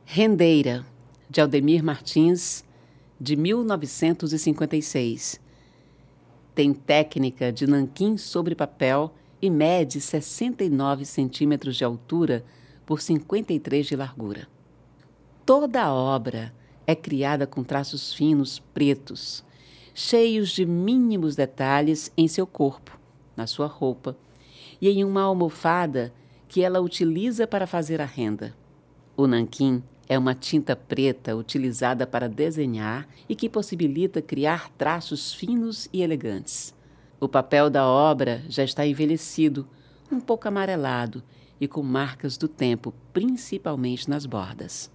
Rendeira, de Aldemir Martins, de 1956. Tem técnica de nanquim sobre papel e mede 69 centímetros de altura por 53 de largura. Toda a obra é criada com traços finos pretos, cheios de mínimos detalhes em seu corpo, na sua roupa e em uma almofada que ela utiliza para fazer a renda. O nanquim é uma tinta preta utilizada para desenhar e que possibilita criar traços finos e elegantes. O papel da obra já está envelhecido, um pouco amarelado e com marcas do tempo, principalmente nas bordas.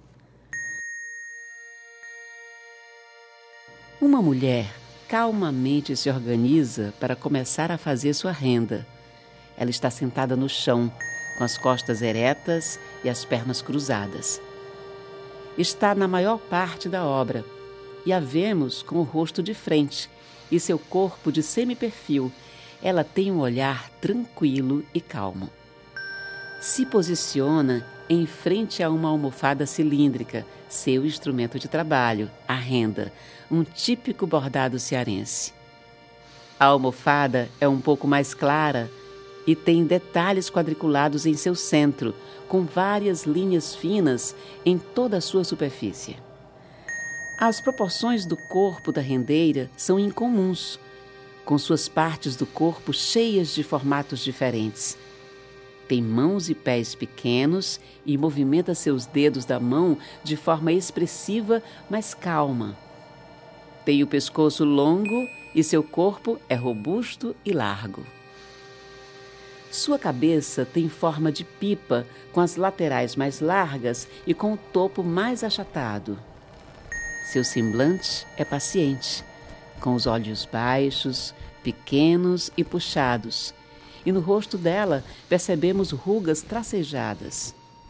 Uma mulher calmamente se organiza para começar a fazer sua renda. Ela está sentada no chão, com as costas eretas e as pernas cruzadas. Está na maior parte da obra e a vemos com o rosto de frente e seu corpo de semi-perfil. Ela tem um olhar tranquilo e calmo. Se posiciona em frente a uma almofada cilíndrica, seu instrumento de trabalho, a renda, um típico bordado cearense. A almofada é um pouco mais clara e tem detalhes quadriculados em seu centro, com várias linhas finas em toda a sua superfície. As proporções do corpo da rendeira são incomuns, com suas partes do corpo cheias de formatos diferentes. Tem mãos e pés pequenos e movimenta seus dedos da mão de forma expressiva, mas calma. Tem o pescoço longo e seu corpo é robusto e largo. Sua cabeça tem forma de pipa, com as laterais mais largas e com o topo mais achatado. Seu semblante é paciente, com os olhos baixos, pequenos e puxados, e no rosto dela percebemos rugas tracejadas.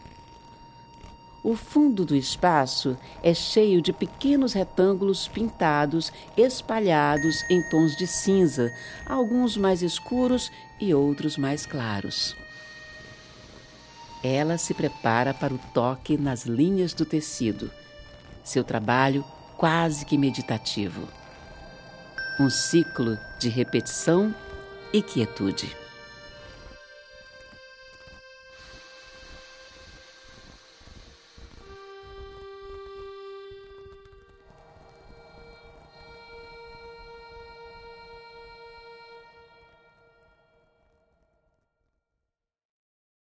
O fundo do espaço é cheio de pequenos retângulos pintados, espalhados em tons de cinza, alguns mais escuros e outros mais claros. Ela se prepara para o toque nas linhas do tecido. Seu trabalho quase que meditativo. Um ciclo de repetição e quietude.